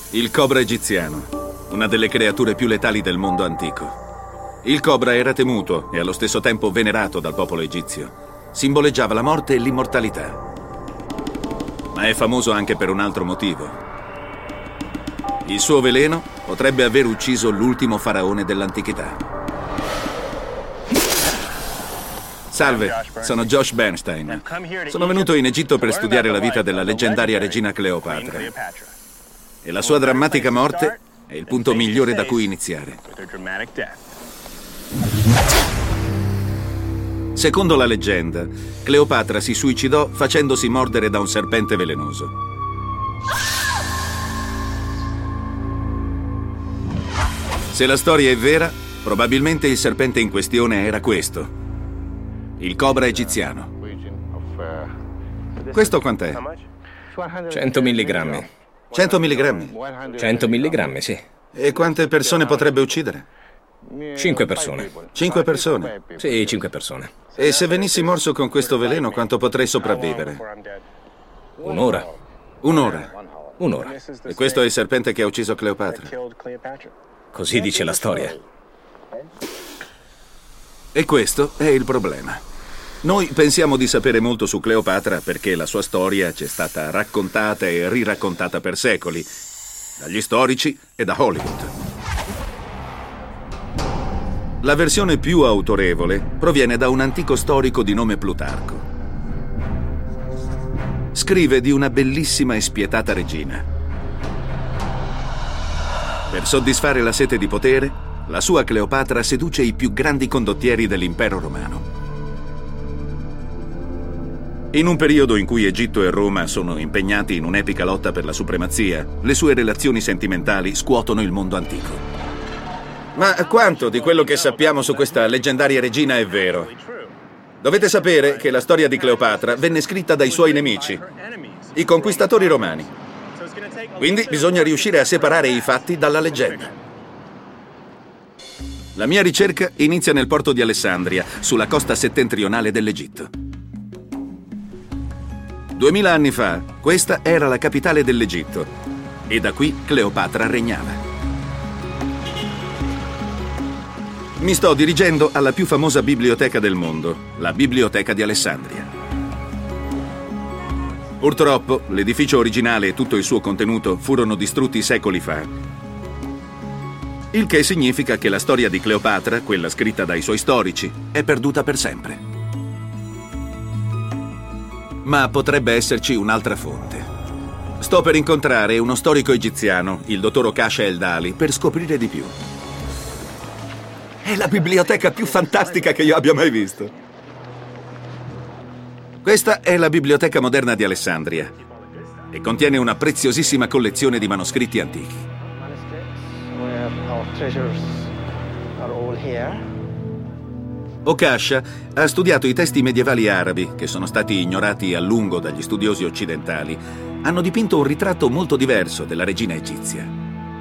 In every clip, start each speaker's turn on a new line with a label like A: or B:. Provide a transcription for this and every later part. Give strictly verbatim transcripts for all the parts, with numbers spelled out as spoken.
A: Il cobra egiziano, una delle creature più letali del mondo antico. Il cobra era temuto e allo stesso tempo venerato dal popolo egizio. Simboleggiava la morte e l'immortalità. Ma è famoso anche per un altro motivo. Il suo veleno potrebbe aver ucciso l'ultimo faraone dell'antichità. Salve, sono Josh Bernstein. Sono venuto in Egitto per studiare la vita della leggendaria regina Cleopatra. E la sua drammatica morte è il punto migliore da cui iniziare. Secondo la leggenda, Cleopatra si suicidò facendosi mordere da un serpente velenoso. Se la storia è vera, probabilmente il serpente in questione era questo: il cobra egiziano. Questo quant'è?
B: cento milligrammi.
A: cento milligrammi?
B: cento milligrammi, sì.
A: E quante persone potrebbe uccidere?
B: Cinque persone.
A: Cinque persone?
B: Sì, cinque persone.
A: E se venissi morso con questo veleno, quanto potrei sopravvivere?
B: Un'ora.
A: Un'ora?
B: Un'ora.
A: E questo è il serpente che ha ucciso Cleopatra?
B: Così dice la storia.
A: E questo è il problema. Noi pensiamo di sapere molto su Cleopatra perché la sua storia ci è stata raccontata e riraccontata per secoli, dagli storici e da Hollywood. La versione più autorevole proviene da un antico storico di nome Plutarco. Scrive di una bellissima e spietata regina. Per soddisfare la sete di potere, la sua Cleopatra seduce i più grandi condottieri dell'impero romano. In un periodo in cui Egitto e Roma sono impegnati in un'epica lotta per la supremazia, le sue relazioni sentimentali scuotono il mondo antico. Ma quanto di quello che sappiamo su questa leggendaria regina è vero? Dovete sapere che la storia di Cleopatra venne scritta dai suoi nemici, i conquistatori romani. Quindi bisogna riuscire a separare i fatti dalla leggenda. La mia ricerca inizia nel porto di Alessandria, sulla costa settentrionale dell'Egitto. Duemila anni fa, questa era la capitale dell'Egitto e da qui Cleopatra regnava. Mi sto dirigendo alla più famosa biblioteca del mondo, la Biblioteca di Alessandria. Purtroppo, l'edificio originale e tutto il suo contenuto furono distrutti secoli fa. Il che significa che la storia di Cleopatra, quella scritta dai suoi storici, è perduta per sempre. Ma potrebbe esserci un'altra fonte. Sto per incontrare uno storico egiziano, il dottor Okasha El-Dali, per scoprire di più. È la biblioteca più fantastica che io abbia mai visto. Questa è la Biblioteca Moderna di Alessandria e contiene una preziosissima collezione di manoscritti antichi. Okasha ha studiato i testi medievali arabi, che sono stati ignorati a lungo dagli studiosi occidentali. Hanno dipinto un ritratto molto diverso della regina egizia.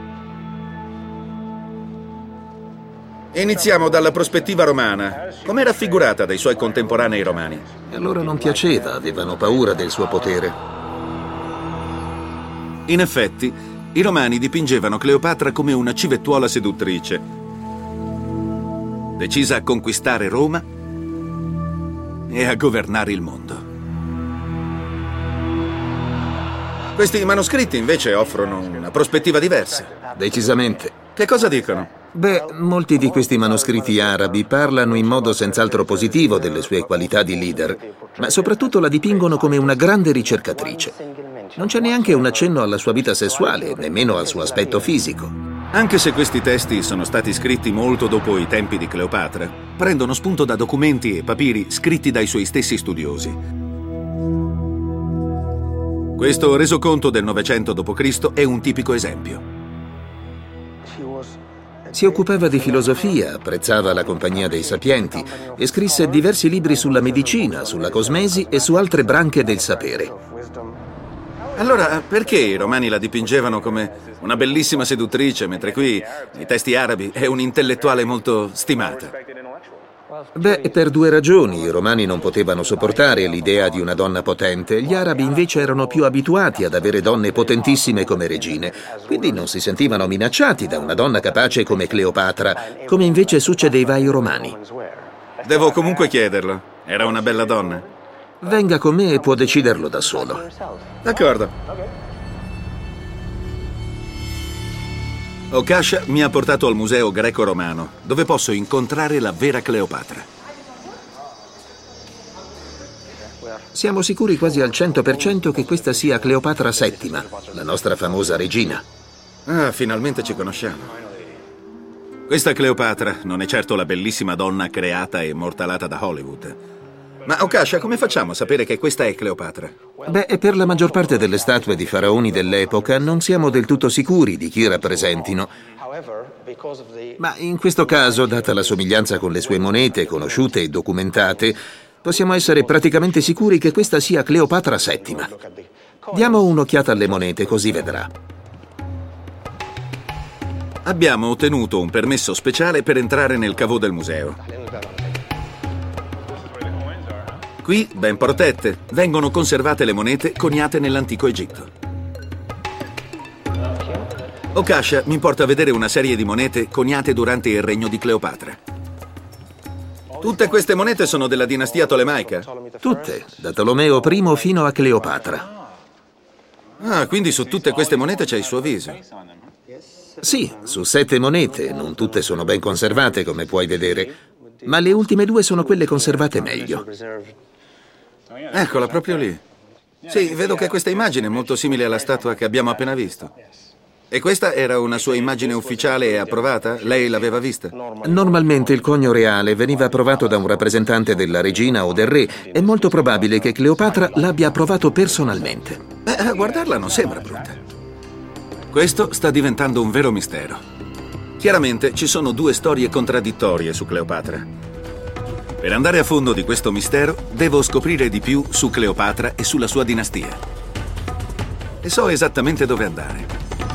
A: Iniziamo dalla prospettiva romana. Com'è raffigurata dai suoi contemporanei romani?
C: E allora non piaceva, avevano paura del suo potere.
A: In effetti, i romani dipingevano Cleopatra come una civettuola seduttrice, decisa a conquistare Roma e a governare il mondo. Questi manoscritti invece offrono una prospettiva diversa.
C: Decisamente.
A: Che cosa dicono?
C: Beh, molti di questi manoscritti arabi parlano in modo senz'altro positivo delle sue qualità di leader, ma soprattutto la dipingono come una grande ricercatrice. Non c'è neanche un accenno alla sua vita sessuale, nemmeno al suo aspetto fisico.
A: Anche se questi testi sono stati scritti molto dopo i tempi di Cleopatra, prendono spunto da documenti e papiri scritti dai suoi stessi studiosi. Questo resoconto del Novecento dopo Cristo è un tipico esempio.
C: Si occupava di filosofia, apprezzava la compagnia dei sapienti e scrisse diversi libri sulla medicina, sulla cosmesi e su altre branche del sapere.
A: Allora, perché i romani la dipingevano come una bellissima seduttrice, mentre qui, nei testi arabi, è un'intellettuale molto stimata?
C: Beh, per due ragioni. I romani non potevano sopportare l'idea di una donna potente, gli arabi invece erano più abituati ad avere donne potentissime come regine, quindi non si sentivano minacciati da una donna capace come Cleopatra, come invece succedeva ai romani.
A: Devo comunque chiederlo. Era una bella donna?
C: Venga con me e può deciderlo da solo.
A: D'accordo. Okasha mi ha portato al museo greco-romano, dove posso incontrare la vera Cleopatra.
C: Siamo sicuri quasi al cento per cento che questa sia Cleopatra settima, la nostra famosa regina.
A: Ah, finalmente ci conosciamo. Questa Cleopatra non è certo la bellissima donna creata e immortalata da Hollywood. Ma Okasha, come facciamo a sapere che questa è Cleopatra?
C: Beh, per la maggior parte delle statue di faraoni dell'epoca non siamo del tutto sicuri di chi rappresentino. Ma in questo caso, data la somiglianza con le sue monete conosciute e documentate, possiamo essere praticamente sicuri che questa sia Cleopatra settima. Diamo un'occhiata alle monete, così vedrà.
A: Abbiamo ottenuto un permesso speciale per entrare nel caveau del museo. Qui, ben protette, vengono conservate le monete coniate nell'antico Egitto. Okasha mi porta a vedere una serie di monete coniate durante il regno di Cleopatra. Tutte queste monete sono della dinastia tolemaica?
C: Tutte, da Tolomeo primo fino a Cleopatra.
A: Ah, quindi su tutte queste monete c'è il suo viso.
C: Sì, su sette monete, non tutte sono ben conservate come puoi vedere, ma le ultime due sono quelle conservate meglio.
A: Eccola, proprio lì. Sì, vedo che questa immagine è molto simile alla statua che abbiamo appena visto. E questa era una sua immagine ufficiale e approvata? Lei l'aveva vista?
C: Normalmente il conio reale veniva approvato da un rappresentante della regina o del re. È molto probabile che Cleopatra l'abbia approvato personalmente.
A: Beh, a guardarla non sembra brutta. Questo sta diventando un vero mistero. Chiaramente ci sono due storie contraddittorie su Cleopatra. Per andare a fondo di questo mistero, devo scoprire di più su Cleopatra e sulla sua dinastia. E so esattamente dove andare.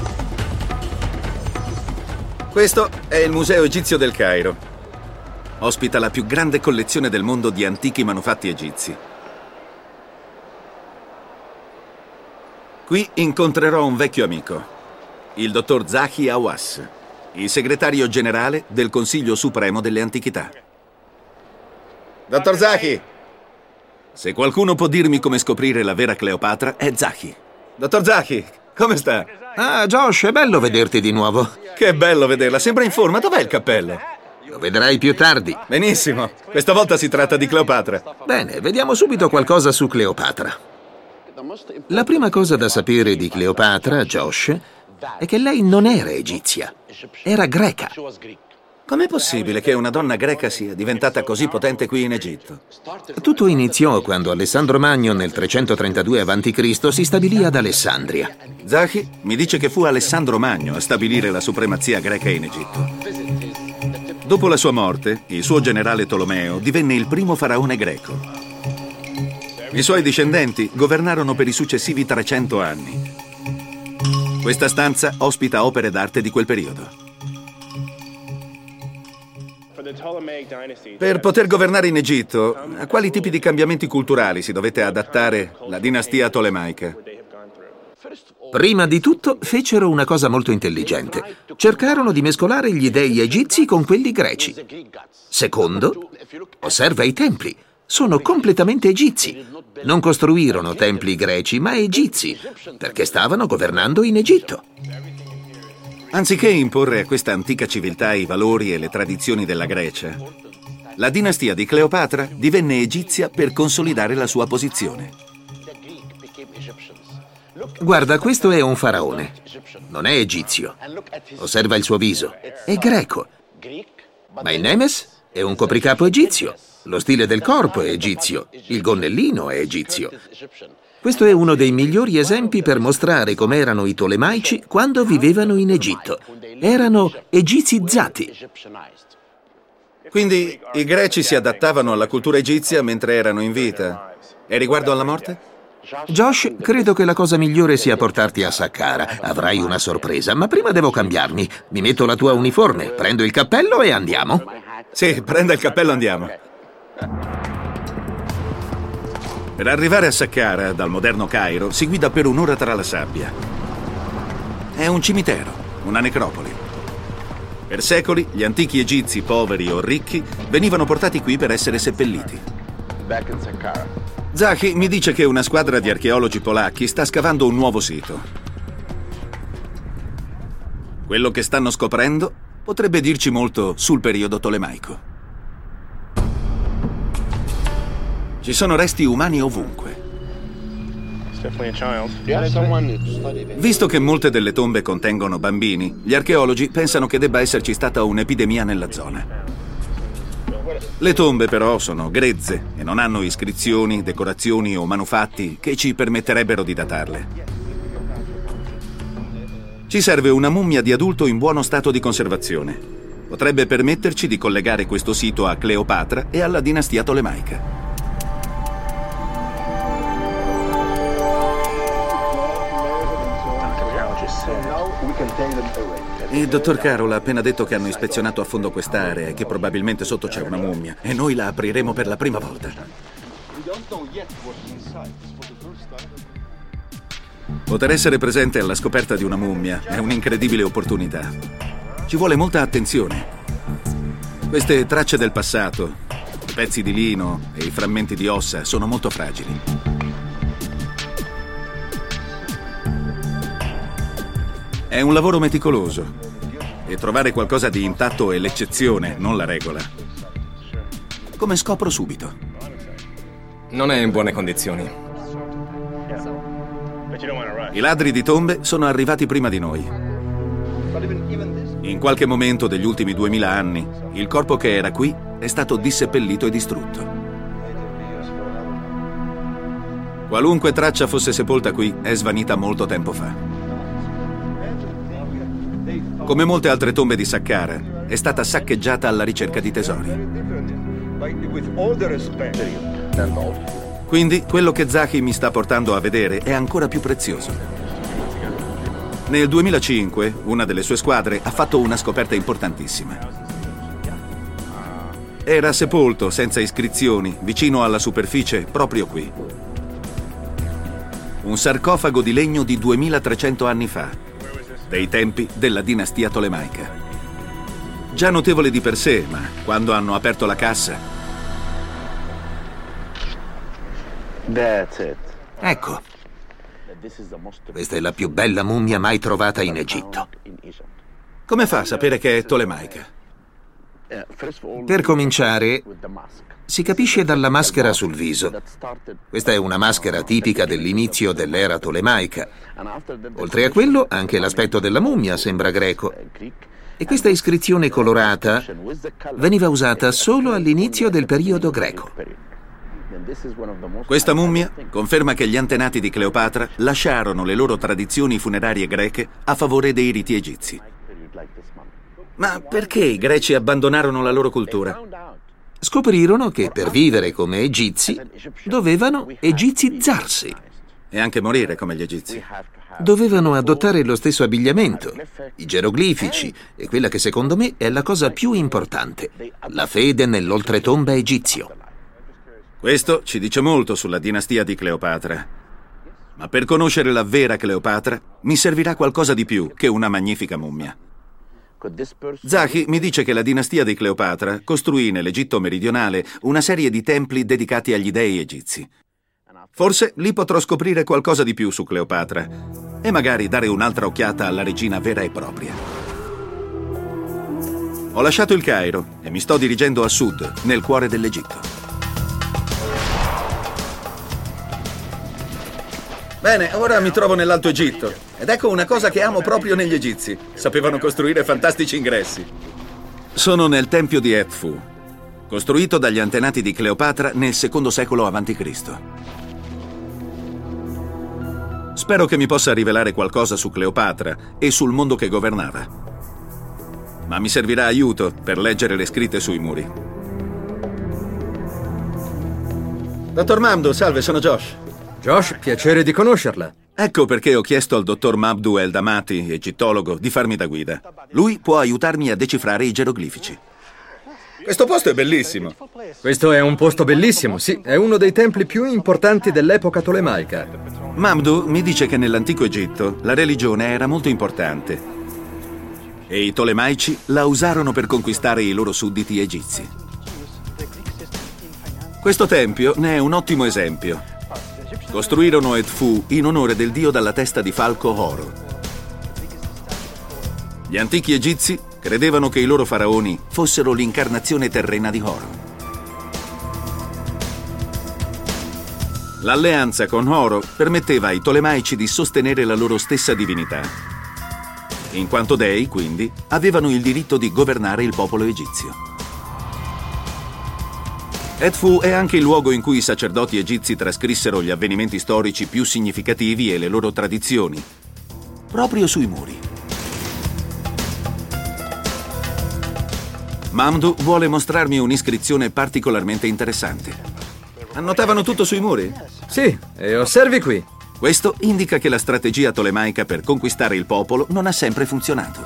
A: Questo è il Museo Egizio del Cairo. Ospita la più grande collezione del mondo di antichi manufatti egizi. Qui incontrerò un vecchio amico, il dottor Zahi Hawass, il segretario generale del Consiglio Supremo delle Antichità. Dottor Zahi! Se qualcuno può dirmi come scoprire la vera Cleopatra, è Zahi. Dottor Zahi, come sta?
C: Ah, Josh, è bello vederti di nuovo.
A: Che bello vederla, sembra in forma. Dov'è il cappello?
C: Lo vedrai più tardi.
A: Benissimo, questa volta si tratta di Cleopatra.
C: Bene, vediamo subito qualcosa su Cleopatra. La prima cosa da sapere di Cleopatra, Josh, è che lei non era egizia, era greca.
A: Com'è possibile che una donna greca sia diventata così potente qui in Egitto?
C: Tutto iniziò quando Alessandro Magno nel trecentotrentadue avanti Cristo si stabilì ad Alessandria.
A: Zahi mi dice che fu Alessandro Magno a stabilire la supremazia greca in Egitto. Dopo la sua morte, il suo generale Tolomeo divenne il primo faraone greco. I suoi discendenti governarono per i successivi trecento anni. Questa stanza ospita opere d'arte di quel periodo. Per poter governare in Egitto, a quali tipi di cambiamenti culturali si dovette adattare la dinastia tolemaica?
C: Prima di tutto fecero una cosa molto intelligente. Cercarono di mescolare gli dei egizi con quelli greci. Secondo, osserva i templi. Sono completamente egizi. Non costruirono templi greci, ma egizi, perché stavano governando in Egitto.
A: Anziché imporre a questa antica civiltà i valori e le tradizioni della Grecia, la dinastia di Cleopatra divenne egizia per consolidare la sua posizione.
C: Guarda, questo è un faraone. Non è egizio. Osserva il suo viso. È greco. Ma il Nemes è un copricapo egizio. Lo stile del corpo è egizio. Il gonnellino è egizio. Questo è uno dei migliori esempi per mostrare com'erano i tolemaici quando vivevano in Egitto. Erano egizizzati.
A: Quindi i greci si adattavano alla cultura egizia mentre erano in vita. E riguardo alla morte?
C: Josh, credo che la cosa migliore sia portarti a Saqqara. Avrai una sorpresa, ma prima devo cambiarmi. Mi metto la tua uniforme, prendo il cappello e andiamo.
A: Sì, prenda il cappello, andiamo. Per arrivare a Saqqara, dal moderno Cairo, si guida per un'ora tra la sabbia. È un cimitero, una necropoli. Per secoli, gli antichi egizi, poveri o ricchi, venivano portati qui per essere seppelliti. Zahi mi dice che una squadra di archeologi polacchi sta scavando un nuovo sito. Quello che stanno scoprendo potrebbe dirci molto sul periodo tolemaico. Ci sono resti umani ovunque. Visto che molte delle tombe contengono bambini, gli archeologi pensano che debba esserci stata un'epidemia nella zona. Le tombe però sono grezze e non hanno iscrizioni, decorazioni o manufatti che ci permetterebbero di datarle. Ci serve una mummia di adulto in buono stato di conservazione. Potrebbe permetterci di collegare questo sito a Cleopatra e alla dinastia tolemaica. Il dottor Carroll ha appena detto che hanno ispezionato a fondo quest'area e che probabilmente sotto c'è una mummia e noi la apriremo per la prima volta. Poter essere presente alla scoperta di una mummia è un'incredibile opportunità. Ci vuole molta attenzione. Queste tracce del passato, i pezzi di lino e i frammenti di ossa sono molto fragili. È un lavoro meticoloso e trovare qualcosa di intatto è l'eccezione, non la regola. Come scopro subito.
B: Non è in buone condizioni.
A: I ladri di tombe sono arrivati prima di noi. In qualche momento degli ultimi duemila anni, il corpo che era qui è stato disseppellito e distrutto. Qualunque traccia fosse sepolta qui è svanita molto tempo fa. Come molte altre tombe di Saqqara, è stata saccheggiata alla ricerca di tesori. Quindi quello che Zahi mi sta portando a vedere è ancora più prezioso. Nel duemilacinque, una delle sue squadre ha fatto una scoperta importantissima. Era sepolto, senza iscrizioni, vicino alla superficie, proprio qui. Un sarcofago di legno di duemilatrecento anni fa, dei tempi della dinastia tolemaica. Già notevole di per sé, ma quando hanno aperto la cassa...
C: Ecco. Questa è la più bella mummia mai trovata in Egitto.
A: Come fa a sapere che è tolemaica?
C: Per cominciare, si capisce dalla maschera sul viso. Questa è una maschera tipica dell'inizio dell'era tolemaica. Oltre a quello, anche l'aspetto della mummia sembra greco. E questa iscrizione colorata veniva usata solo all'inizio del periodo greco.
A: Questa mummia conferma che gli antenati di Cleopatra lasciarono le loro tradizioni funerarie greche a favore dei riti egizi. Ma perché i greci abbandonarono la loro cultura?
C: Scoprirono che per vivere come egizi dovevano egizizzarsi.
A: E anche morire come gli egizi.
C: Dovevano adottare lo stesso abbigliamento, i geroglifici e quella che secondo me è la cosa più importante, la fede nell'oltretomba egizio.
A: Questo ci dice molto sulla dinastia di Cleopatra. Ma per conoscere la vera Cleopatra mi servirà qualcosa di più che una magnifica mummia. Zahi mi dice che la dinastia di Cleopatra costruì nell'Egitto meridionale una serie di templi dedicati agli dei egizi. Forse lì potrò scoprire qualcosa di più su Cleopatra e magari dare un'altra occhiata alla regina vera e propria. Ho lasciato il Cairo e mi sto dirigendo a sud, nel cuore dell'Egitto. Bene, ora mi trovo nell'Alto Egitto ed ecco una cosa che amo proprio negli egizi. Sapevano costruire fantastici ingressi. Sono nel tempio di Edfu, costruito dagli antenati di Cleopatra nel secondo secolo avanti Cristo. Spero che mi possa rivelare qualcosa su Cleopatra e sul mondo che governava. Ma mi servirà aiuto per leggere le scritte sui muri. Dottor Mamdouh, salve, sono Josh.
D: Josh, piacere di conoscerla.
A: Ecco perché ho chiesto al dottor Mamdouh El Damati, egittologo, di farmi da guida. Lui può aiutarmi a decifrare i geroglifici. Questo posto è bellissimo.
D: Questo è un posto bellissimo, sì. È uno dei templi più importanti dell'epoca tolemaica.
A: Mamdu mi dice che nell'antico Egitto la religione era molto importante e i tolemaici la usarono per conquistare i loro sudditi egizi. Questo tempio ne è un ottimo esempio. Costruirono Edfu in onore del dio dalla testa di falco Horo. Gli antichi egizi credevano che i loro faraoni fossero l'incarnazione terrena di Horo. L'alleanza con Horo permetteva ai tolemaici di sostenere la loro stessa divinità. In quanto dei, quindi, avevano il diritto di governare il popolo egizio. Edfu è anche il luogo in cui i sacerdoti egizi trascrissero gli avvenimenti storici più significativi e le loro tradizioni, proprio sui muri. Mamdu vuole mostrarmi un'iscrizione particolarmente interessante. Annotavano tutto sui muri?
D: Sì, e osservi qui.
A: Questo indica che la strategia tolemaica per conquistare il popolo non ha sempre funzionato.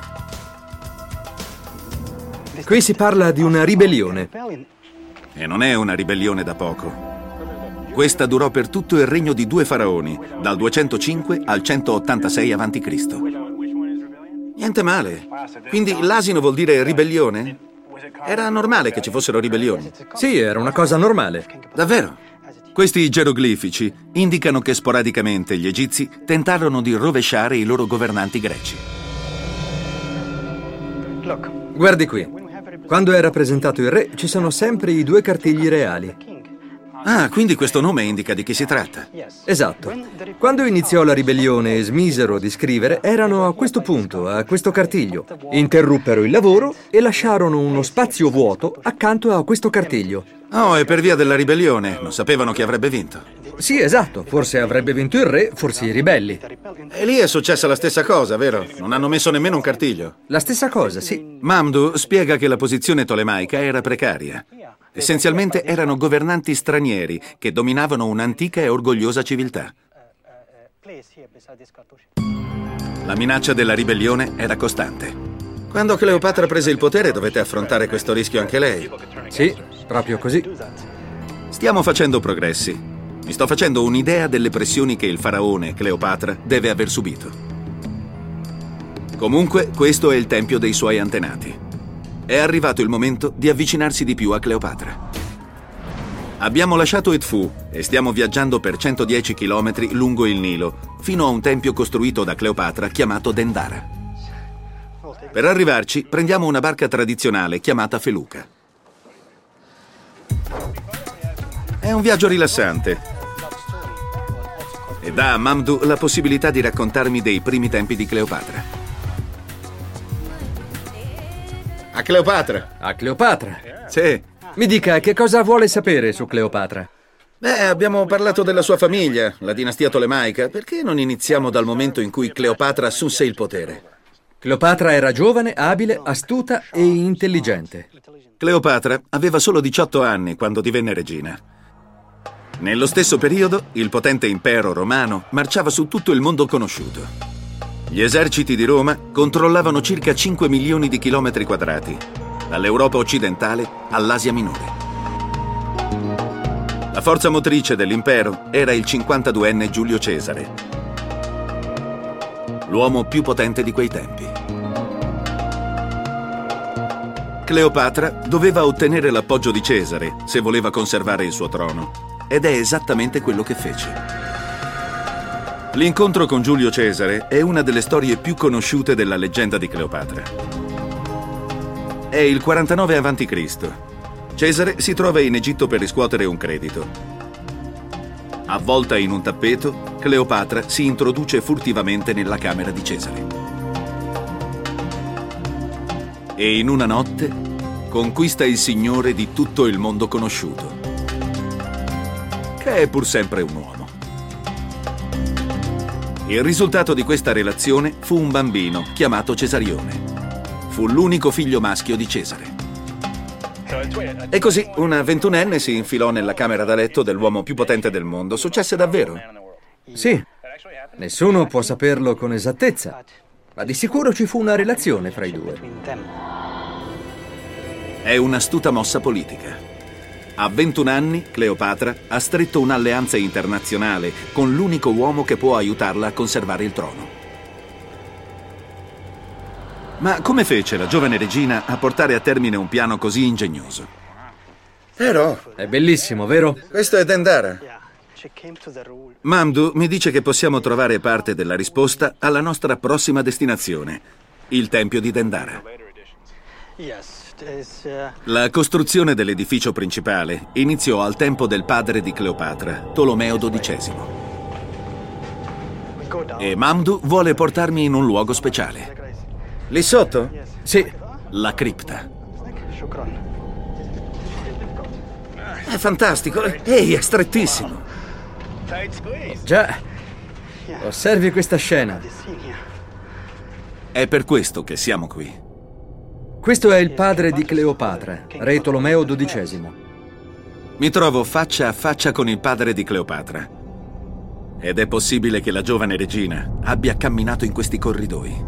D: Qui si parla di una ribellione.
A: E non è una ribellione da poco. Questa durò per tutto il regno di due faraoni, dal duecentocinque al centottantasei avanti Cristo Niente male. Quindi l'asino vuol dire ribellione? Era normale che ci fossero ribellioni?
D: Sì, era una cosa normale.
A: Davvero? Questi geroglifici indicano che sporadicamente gli egizi tentarono di rovesciare i loro governanti greci.
D: Guardi qui. Quando è rappresentato il re, ci sono sempre i due cartigli reali.
A: Ah, quindi questo nome indica di chi si tratta.
D: Esatto. Quando iniziò la ribellione e smisero di scrivere, erano a questo punto, a questo cartiglio. Interruppero il lavoro e lasciarono uno spazio vuoto accanto a questo cartiglio.
A: Oh, e per via della ribellione non sapevano chi avrebbe vinto.
D: Sì, esatto. Forse avrebbe vinto il re, forse i ribelli.
A: E lì è successa la stessa cosa, vero? Non hanno messo nemmeno un cartiglio.
D: La stessa cosa, sì.
A: Mamdu spiega che la posizione tolemaica era precaria. Essenzialmente erano governanti stranieri che dominavano un'antica e orgogliosa civiltà. La minaccia della ribellione era costante. Quando Cleopatra prese il potere dovette affrontare questo rischio anche lei.
D: Sì, proprio così.
A: Stiamo facendo progressi. Mi sto facendo un'idea delle pressioni che il faraone Cleopatra deve aver subito. Comunque, questo è il tempio dei suoi antenati. È arrivato il momento di avvicinarsi di più a Cleopatra. Abbiamo lasciato Edfu e stiamo viaggiando per centodieci chilometri lungo il Nilo, fino a un tempio costruito da Cleopatra chiamato Dendara. Per arrivarci, prendiamo una barca tradizionale chiamata feluca. È un viaggio rilassante e dà a Mamdu la possibilità di raccontarmi dei primi tempi di Cleopatra. A Cleopatra?
D: A Cleopatra?
A: Sì.
D: Mi dica, che cosa vuole sapere su Cleopatra?
A: Beh, abbiamo parlato della sua famiglia, la dinastia tolemaica. Perché non iniziamo dal momento in cui Cleopatra assunse il potere?
D: Cleopatra era giovane, abile, astuta e intelligente.
A: Cleopatra aveva solo diciotto anni quando divenne regina. Nello stesso periodo, il potente impero romano marciava su tutto il mondo conosciuto. Gli eserciti di Roma controllavano circa cinque milioni di chilometri quadrati, dall'Europa occidentale all'Asia minore. La forza motrice dell'impero era il cinquantaduenne Giulio Cesare, l'uomo più potente di quei tempi. Cleopatra doveva ottenere l'appoggio di Cesare se voleva conservare il suo trono, ed è esattamente quello che fece. L'incontro con Giulio Cesare è una delle storie più conosciute della leggenda di Cleopatra. È il quarantanove avanti Cristo Cesare si trova in Egitto per riscuotere un credito. Avvolta in un tappeto, Cleopatra si introduce furtivamente nella camera di Cesare. E in una notte conquista il signore di tutto il mondo conosciuto, che è pur sempre un uomo. Il risultato di questa relazione fu un bambino chiamato Cesarione. Fu l'unico figlio maschio di Cesare. E così una ventunenne si infilò nella camera da letto dell'uomo più potente del mondo. Successe davvero?
D: Sì. Nessuno può saperlo con esattezza, ma di sicuro ci fu una relazione fra i due.
A: È un'astuta mossa politica. A ventuno anni, Cleopatra ha stretto un'alleanza internazionale con l'unico uomo che può aiutarla a conservare il trono. Ma come fece la giovane regina a portare a termine un piano così ingegnoso?
E: Però,
D: È bellissimo, vero?
E: questo è Dendara.
A: Mamdouh mi dice che possiamo trovare parte della risposta alla nostra prossima destinazione, il Tempio di Dendara. La costruzione dell'edificio principale iniziò al tempo del padre di Cleopatra, Tolomeo dodicesimo. E Mamdouh vuole portarmi in un luogo speciale.
E: Lì sotto?
D: Sì.
A: La cripta.
E: È fantastico. Ehi, è strettissimo.
D: Già. Osservi questa scena.
A: È per questo che siamo qui.
D: Questo è il padre di Cleopatra, re Tolomeo dodicesimo.
A: Mi trovo faccia a faccia con il padre di Cleopatra. Ed è possibile che la giovane regina abbia camminato in questi corridoi.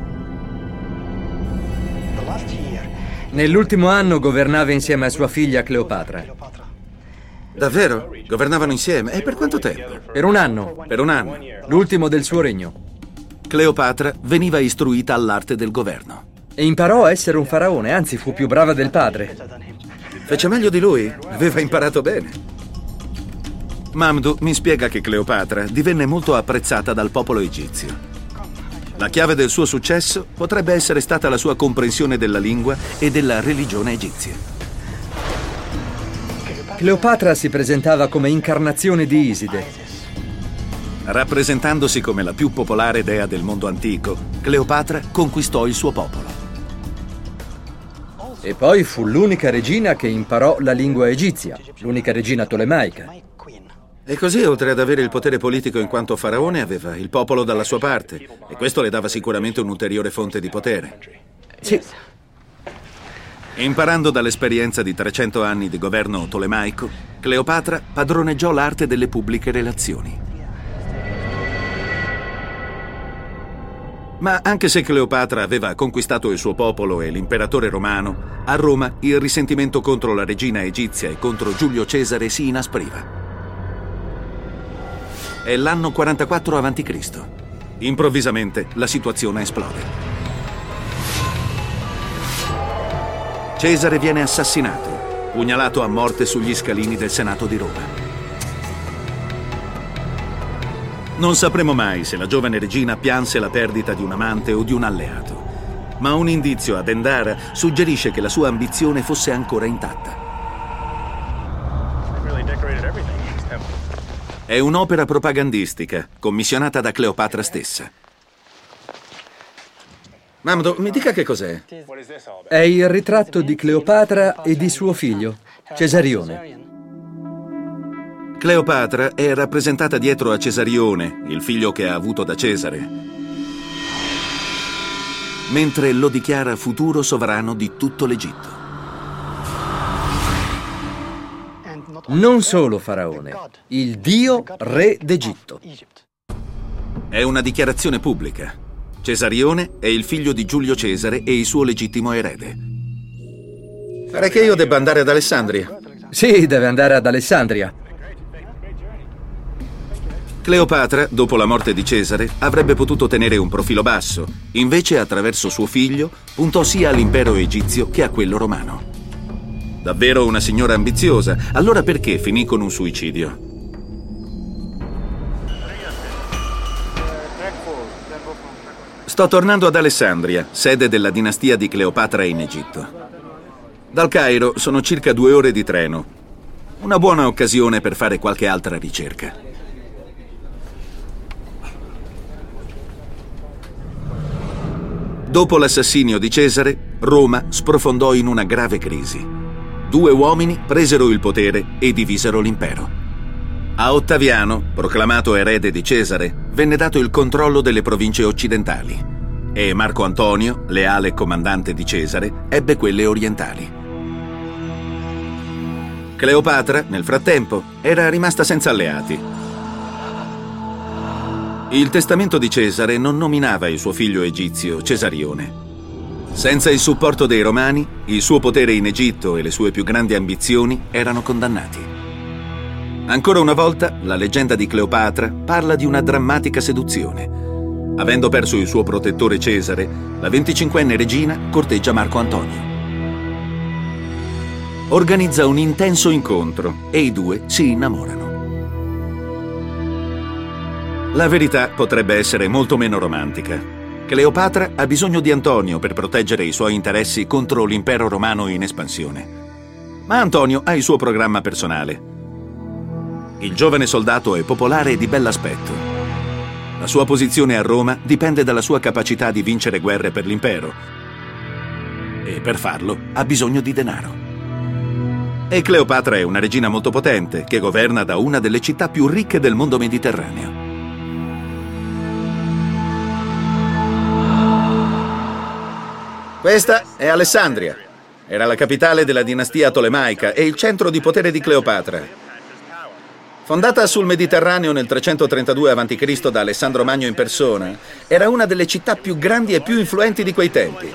D: Nell'ultimo anno governava insieme a sua figlia Cleopatra.
E: Davvero? Governavano insieme? E per quanto tempo?
D: Per un anno,
A: Per un anno,
D: l'ultimo del suo regno.
A: Cleopatra veniva istruita all'arte del governo.
D: E imparò a essere un faraone, anzi fu più brava del padre.
E: Fece meglio di lui? Aveva imparato bene.
A: Mamdouh mi spiega che Cleopatra divenne molto apprezzata dal popolo egizio. La chiave del suo successo potrebbe essere stata la sua comprensione della lingua e della religione egizia.
D: Cleopatra si presentava come incarnazione di Iside.
A: Rappresentandosi come la più popolare dea del mondo antico, Cleopatra conquistò il suo popolo.
D: E poi fu l'unica regina che imparò la lingua egizia, l'unica regina tolemaica.
E: E così, oltre ad avere il potere politico in quanto faraone, aveva il popolo dalla sua parte. E questo le dava sicuramente un'ulteriore fonte di potere.
D: Sì.
A: Imparando dall'esperienza di trecento anni di governo tolemaico, Cleopatra padroneggiò l'arte delle pubbliche relazioni. Ma anche se Cleopatra aveva conquistato il suo popolo e l'imperatore romano, a Roma il risentimento contro la regina egizia e contro Giulio Cesare si inaspriva. È l'anno quarantaquattro avanti Cristo Improvvisamente la situazione esplode. Cesare viene assassinato, pugnalato a morte sugli scalini del Senato di Roma. Non sapremo mai se la giovane regina pianse la perdita di un amante o di un alleato, ma un indizio a Dendara suggerisce che la sua ambizione fosse ancora intatta. È un'opera propagandistica, commissionata da Cleopatra stessa.
E: Mamdouh, mi dica che cos'è?
D: È il ritratto di Cleopatra e di suo figlio, Cesarione.
A: Cleopatra è rappresentata dietro a Cesarione, il figlio che ha avuto da Cesare, mentre lo dichiara futuro sovrano di tutto l'Egitto.
D: Non solo faraone, il dio re d'Egitto.
A: È una dichiarazione pubblica. Cesarione è il figlio di Giulio Cesare e il suo legittimo erede.
E: Pare che io debba andare ad Alessandria.
D: Sì, deve andare ad Alessandria.
A: Cleopatra, dopo la morte di Cesare, avrebbe potuto tenere un profilo basso. Invece, attraverso suo figlio, puntò sia all'impero egizio che a quello romano. Davvero una signora ambiziosa. Allora perché finì con un suicidio? Sto tornando ad Alessandria, sede della dinastia di Cleopatra in Egitto. Dal Cairo sono circa due ore di treno. Una buona occasione per fare qualche altra ricerca. Dopo l'assassinio di Cesare, Roma sprofondò in una grave crisi. Due uomini presero il potere e divisero l'impero. A Ottaviano, proclamato erede di Cesare, venne dato il controllo delle province occidentali e Marco Antonio, leale comandante di Cesare, ebbe quelle orientali. Cleopatra, nel frattempo, era rimasta senza alleati. Il testamento di Cesare non nominava il suo figlio egizio, Cesarione. Senza il supporto dei Romani, il suo potere in Egitto e le sue più grandi ambizioni erano condannati. Ancora una volta, la leggenda di Cleopatra parla di una drammatica seduzione. Avendo perso il suo protettore Cesare, la venticinquenne regina corteggia Marco Antonio. Organizza un intenso incontro e i due si innamorano. La verità potrebbe essere molto meno romantica. Cleopatra ha bisogno di Antonio per proteggere i suoi interessi contro l'impero romano in espansione. Ma Antonio ha il suo programma personale. Il giovane soldato è popolare e di bell'aspetto. La sua posizione a Roma dipende dalla sua capacità di vincere guerre per l'impero. E per farlo ha bisogno di denaro. E Cleopatra è una regina molto potente che governa da una delle città più ricche del mondo mediterraneo.
E: Questa è Alessandria. Era la capitale della dinastia tolemaica e il centro di potere di Cleopatra. Fondata sul Mediterraneo nel trecentotrentadue avanti Cristo da Alessandro Magno in persona, era una delle città più grandi e più influenti di quei tempi.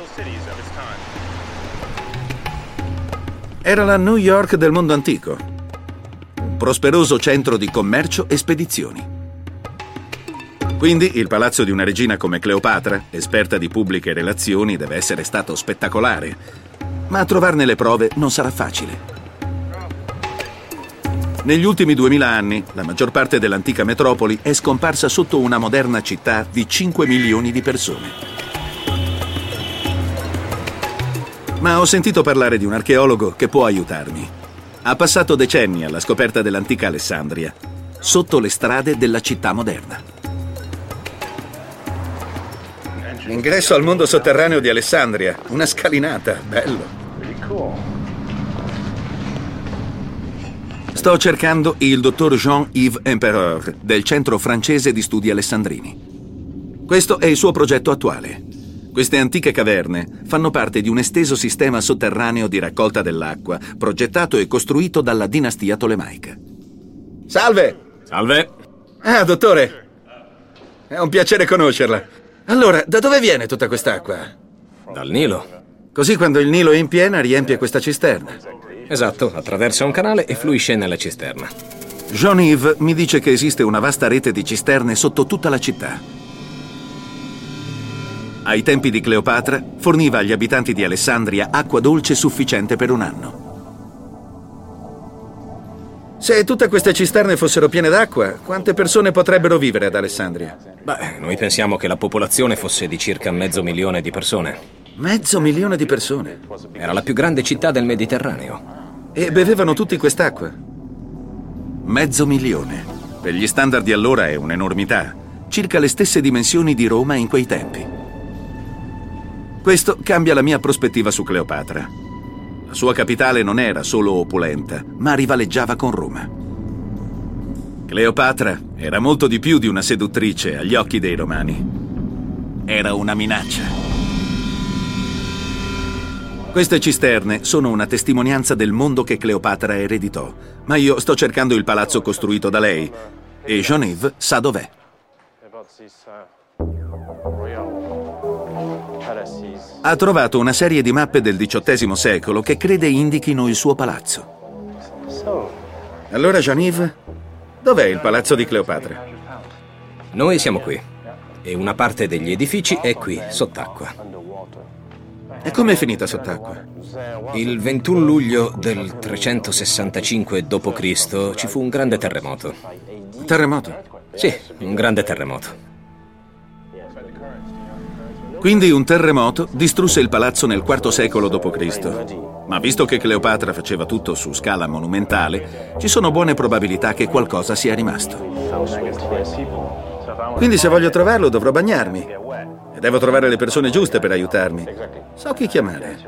E: Era la New York del mondo antico, un prosperoso centro di commercio e spedizioni. Quindi il palazzo di una regina come Cleopatra, esperta di pubbliche relazioni, deve essere stato spettacolare. Ma a trovarne le prove non sarà facile. Negli ultimi duemila anni, la maggior parte dell'antica metropoli è scomparsa sotto una moderna città di cinque milioni di persone. Ma ho sentito parlare di un archeologo che può aiutarmi. Ha passato decenni alla scoperta dell'antica Alessandria, sotto le strade della città moderna. L'ingresso al mondo sotterraneo di Alessandria, una scalinata, bello. Sto cercando il dottor Jean-Yves Empereur del Centro Francese di Studi Alessandrini. Questo è il suo progetto attuale. Queste antiche caverne fanno parte di un esteso sistema sotterraneo di raccolta dell'acqua, progettato e costruito dalla dinastia tolemaica. Salve!
B: Salve!
E: Ah, dottore! È un piacere conoscerla. Allora, da dove viene tutta quest'acqua?
B: Dal Nilo.
E: Così quando il Nilo è in piena riempie questa cisterna.
B: Esatto, attraversa un canale e fluisce nella cisterna.
A: Jean-Yves mi dice che esiste una vasta rete di cisterne sotto tutta la città. Ai tempi di Cleopatra forniva agli abitanti di Alessandria acqua dolce sufficiente per un anno.
E: Se tutte queste cisterne fossero piene d'acqua, quante persone potrebbero vivere ad Alessandria?
B: Beh, noi pensiamo che la popolazione fosse di circa mezzo milione di persone.
E: Mezzo milione di persone?
B: Era la più grande città del Mediterraneo.
E: E bevevano tutti quest'acqua?
A: Mezzo milione. Per gli standard di allora è un'enormità, circa le stesse dimensioni di Roma in quei tempi. Questo cambia la mia prospettiva su Cleopatra. La sua capitale non era solo opulenta, ma rivaleggiava con Roma. Cleopatra era molto di più di una seduttrice agli occhi dei romani. Era una minaccia. Queste cisterne sono una testimonianza del mondo che Cleopatra ereditò, ma io sto cercando il palazzo costruito da lei e Jean-Yves sa dov'è. Ha trovato una serie di mappe del diciottesimo secolo che crede indichino il suo palazzo.
E: Allora, Jean-Yves, dov'è il palazzo di Cleopatra?
B: Noi siamo qui e una parte degli edifici è qui, sott'acqua.
E: E com'è finita sott'acqua?
B: Il ventuno luglio del trecentosessantacinque dopo Cristo ci fu un grande terremoto.
E: Un terremoto?
B: Sì, un grande terremoto.
A: Quindi un terremoto distrusse il palazzo nel quarto secolo dopo Cristo. Ma visto che Cleopatra faceva tutto su scala monumentale, ci sono buone probabilità che qualcosa sia rimasto.
E: Quindi se voglio trovarlo dovrò bagnarmi. E devo trovare le persone giuste per aiutarmi. So chi chiamare.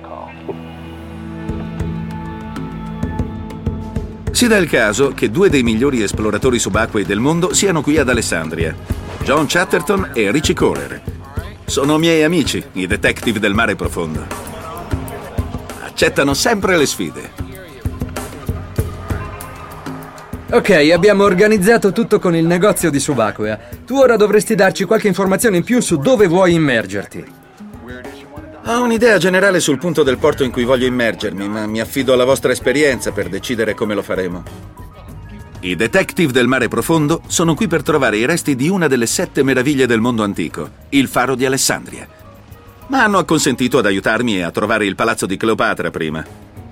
A: Si dà il caso che due dei migliori esploratori subacquei del mondo siano qui ad Alessandria, John Chatterton e Richie Kohler. Sono miei amici, i detective del mare profondo. Accettano sempre le sfide.
D: Ok, abbiamo organizzato tutto con il negozio di subacquea. Tu ora dovresti darci qualche informazione in più su dove vuoi immergerti.
A: Ho un'idea generale sul punto del porto in cui voglio immergermi, ma mi affido alla vostra esperienza per decidere come lo faremo.
E: I detective del mare profondo sono qui per trovare i resti di una delle sette meraviglie del mondo antico, il faro di Alessandria. Ma hanno acconsentito ad aiutarmi a trovare il palazzo di Cleopatra prima.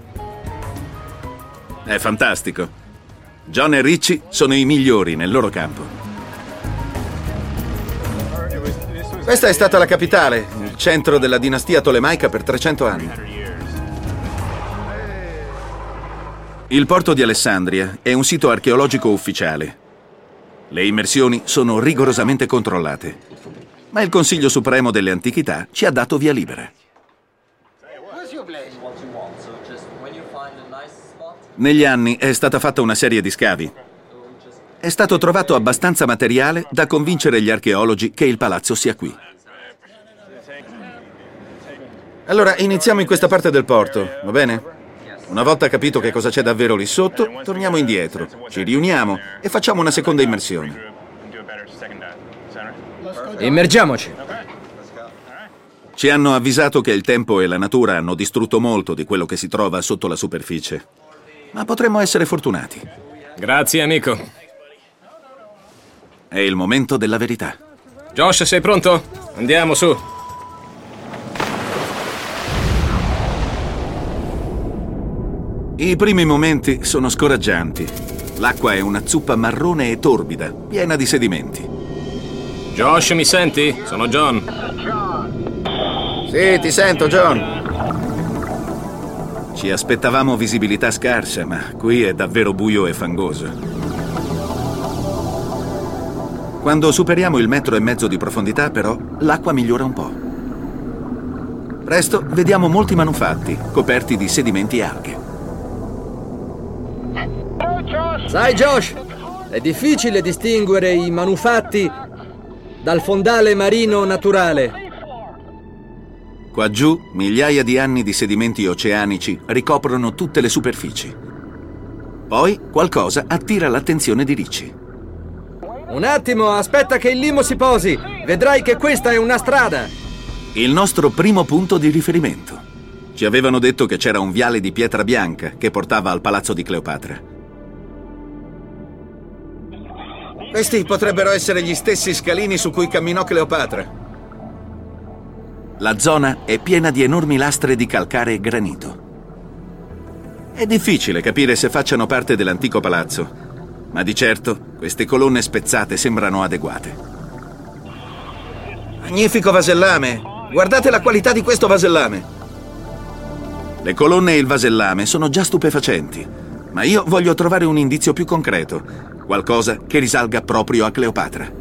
E: È fantastico. John e Richie sono i migliori nel loro campo.
A: Questa è stata la capitale, il centro della dinastia tolemaica per trecento anni.
E: Il porto di Alessandria è un sito archeologico ufficiale. Le immersioni sono rigorosamente controllate, ma il Consiglio Supremo delle Antichità ci ha dato via libera. Negli anni è stata fatta una serie di scavi. È stato trovato abbastanza materiale da convincere gli archeologi che il palazzo sia qui.
A: Allora, iniziamo in questa parte del porto, va bene? Una volta capito che cosa c'è davvero lì sotto, torniamo indietro, ci riuniamo e facciamo una seconda immersione.
D: Immergiamoci.
E: Ci hanno avvisato che il tempo e la natura hanno distrutto molto di quello che si trova sotto la superficie. Ma potremmo essere fortunati.
B: Grazie, amico.
E: È il momento della verità.
B: Josh, sei pronto? Andiamo su.
E: I primi momenti sono scoraggianti. L'acqua è una zuppa marrone e torbida, piena di sedimenti.
B: Josh, mi senti? Sono John.
A: Sì, ti sento, John.
E: Ci aspettavamo visibilità scarsa, ma qui è davvero buio e fangoso. Quando superiamo il metro e mezzo di profondità, però, l'acqua migliora un po'. Presto vediamo molti manufatti, coperti di sedimenti e alghe.
D: Sai, Josh, è difficile distinguere i manufatti dal fondale marino naturale.
E: Qua giù, migliaia di anni di sedimenti oceanici ricoprono tutte le superfici. Poi qualcosa attira l'attenzione di Richie.
D: Un attimo, aspetta che il limo si posi. Vedrai che questa è una strada.
E: Il nostro primo punto di riferimento. Ci avevano detto che c'era un viale di pietra bianca che portava al palazzo di Cleopatra.
A: Questi potrebbero essere gli stessi scalini su cui camminò Cleopatra.
E: La zona è piena di enormi lastre di calcare e granito. È difficile capire se facciano parte dell'antico palazzo, ma di certo queste colonne spezzate sembrano adeguate.
A: Magnifico vasellame! Guardate la qualità di questo vasellame!
E: Le colonne e il vasellame sono già stupefacenti, ma io voglio trovare un indizio più concreto, qualcosa che risalga proprio a Cleopatra.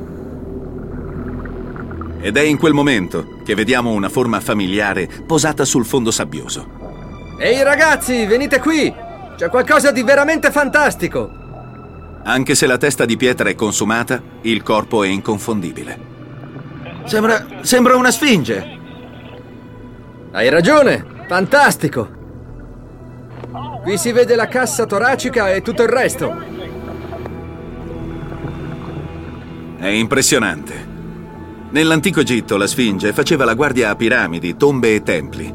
E: Ed è in quel momento che vediamo una forma familiare posata sul fondo sabbioso.
D: Ehi ragazzi, venite qui! C'è qualcosa di veramente fantastico!
E: Anche se la testa di pietra è consumata, il corpo è inconfondibile.
A: Sembra... sembra una sfinge!
D: Hai ragione! Fantastico! Qui si vede la cassa toracica e tutto il resto.
E: È impressionante. Nell'antico Egitto la Sfinge faceva la guardia a piramidi, tombe e templi.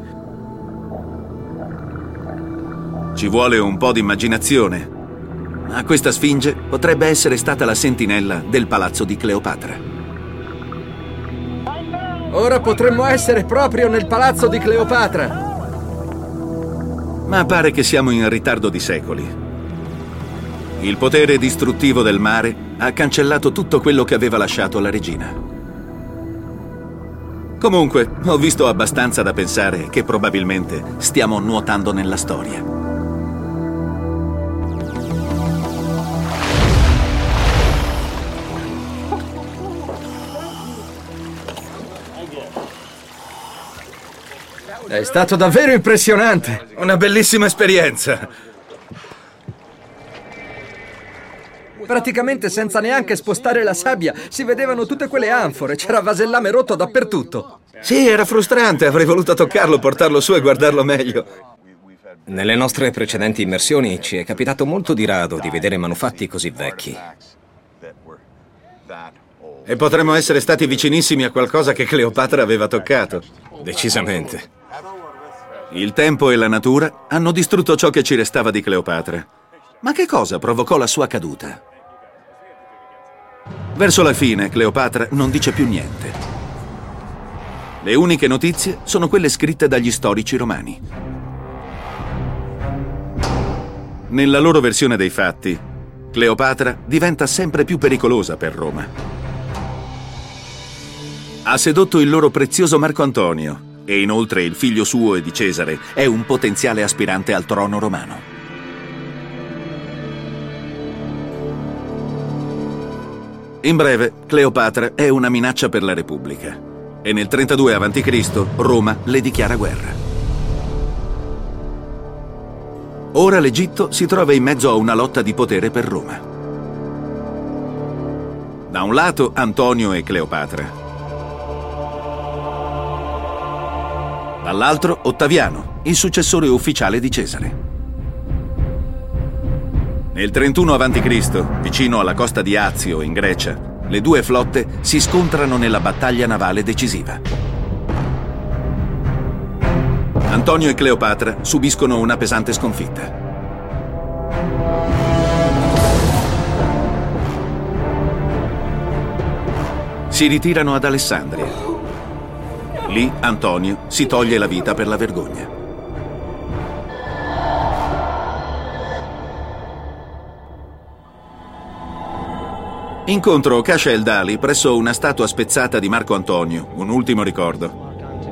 E: Ci vuole un po' di immaginazione, ma questa Sfinge potrebbe essere stata la sentinella del palazzo di Cleopatra.
D: Ora potremmo essere proprio nel palazzo di Cleopatra.
E: Ma pare che siamo in ritardo di secoli. Il potere distruttivo del mare ha cancellato tutto quello che aveva lasciato la regina. Comunque, ho visto abbastanza da pensare che probabilmente stiamo nuotando nella storia.
D: È stato davvero impressionante.
A: Una bellissima esperienza.
D: Praticamente senza neanche spostare la sabbia si vedevano tutte quelle anfore, c'era vasellame rotto dappertutto.
A: Sì, era frustrante, avrei voluto toccarlo, portarlo su e guardarlo meglio.
B: Nelle nostre precedenti immersioni ci è capitato molto di rado di vedere manufatti così vecchi.
A: E potremmo essere stati vicinissimi a qualcosa che Cleopatra aveva toccato.
B: Decisamente.
E: Il tempo e la natura hanno distrutto ciò che ci restava di Cleopatra. Ma che cosa provocò la sua caduta? Verso la fine, Cleopatra non dice più niente. Le uniche notizie sono quelle scritte dagli storici romani. Nella loro versione dei fatti, Cleopatra diventa sempre più pericolosa per Roma. Ha sedotto il loro prezioso Marco Antonio e inoltre il figlio suo e di Cesare è un potenziale aspirante al trono romano. In breve, Cleopatra è una minaccia per la Repubblica e nel trentadue avanti Cristo Roma le dichiara guerra. Ora l'Egitto si trova in mezzo a una lotta di potere per Roma. Da un lato Antonio e Cleopatra. Dall'altro Ottaviano, il successore ufficiale di Cesare. Nel trentuno avanti Cristo, vicino alla costa di Azio, in Grecia, le due flotte si scontrano nella battaglia navale decisiva. Antonio e Cleopatra subiscono una pesante sconfitta. Si ritirano ad Alessandria. Lì Antonio si toglie la vita per la vergogna. Incontro Cascia el Dali presso una statua spezzata di Marco Antonio, un ultimo ricordo.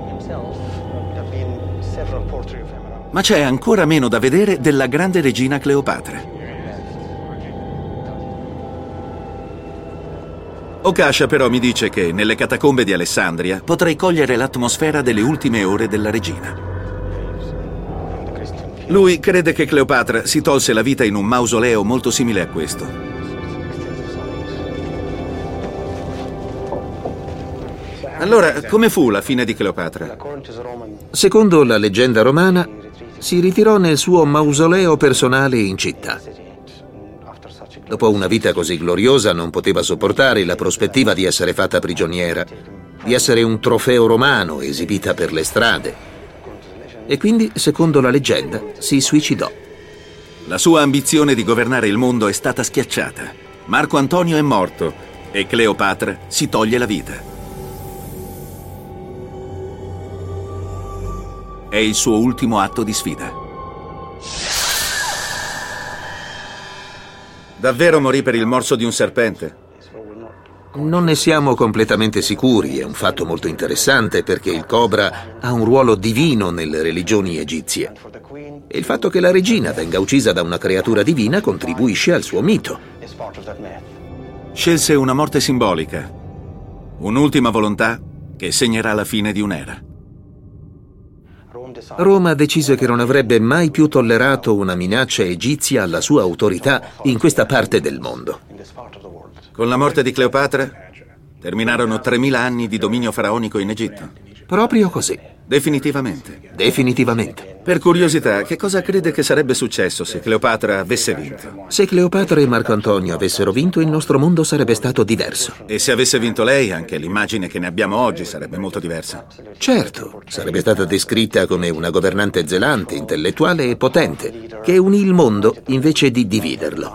E: Ma c'è ancora meno da vedere della grande regina Cleopatra. Okasha però mi dice che nelle catacombe di Alessandria potrei cogliere l'atmosfera delle ultime ore della regina. Lui crede che Cleopatra si tolse la vita in un mausoleo molto simile a questo. Allora, come fu la fine di Cleopatra?
C: Secondo la leggenda romana, si ritirò nel suo mausoleo personale in città. Dopo una vita così gloriosa non poteva sopportare la prospettiva di essere fatta prigioniera, di essere un trofeo romano esibita per le strade. E quindi, secondo la leggenda, si suicidò.
E: La sua ambizione di governare il mondo è stata schiacciata. Marco Antonio è morto e Cleopatra si toglie la vita. È il suo ultimo atto di sfida.
A: Davvero morì per il morso di un serpente?
C: Non ne siamo completamente sicuri, è un fatto molto interessante perché il cobra ha un ruolo divino nelle religioni egizie. E il fatto che la regina venga uccisa da una creatura divina contribuisce al suo mito.
E: Scelse una morte simbolica, un'ultima volontà che segnerà la fine di un'era.
C: Roma decise che non avrebbe mai più tollerato una minaccia egizia alla sua autorità in questa parte del mondo.
A: Con la morte di Cleopatra terminarono tremila anni di dominio faraonico in Egitto.
C: Proprio così.
A: Definitivamente.
C: Definitivamente.
A: Per curiosità, che cosa crede che sarebbe successo se Cleopatra avesse vinto?
C: Se Cleopatra e Marco Antonio avessero vinto, il nostro mondo sarebbe stato diverso.
A: E se avesse vinto lei, anche l'immagine che ne abbiamo oggi sarebbe molto diversa.
C: Certo, sarebbe stata descritta come una governante zelante, intellettuale e potente, che unì il mondo invece di dividerlo.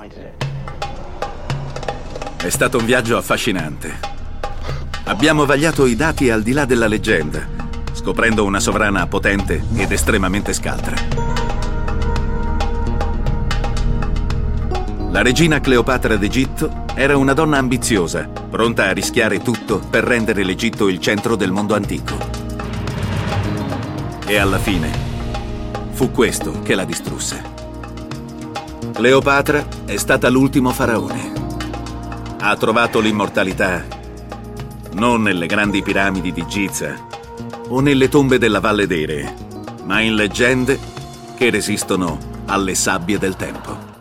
E: È stato un viaggio affascinante. Abbiamo vagliato i dati al di là della leggenda, scoprendo una sovrana potente ed estremamente scaltra. La regina Cleopatra d'Egitto era una donna ambiziosa, pronta a rischiare tutto per rendere l'Egitto il centro del mondo antico. E alla fine fu questo che la distrusse. Cleopatra è stata l'ultimo faraone. Ha trovato l'immortalità non nelle grandi piramidi di Giza o nelle tombe della Valle dei Re, ma in leggende che resistono alle sabbie del tempo.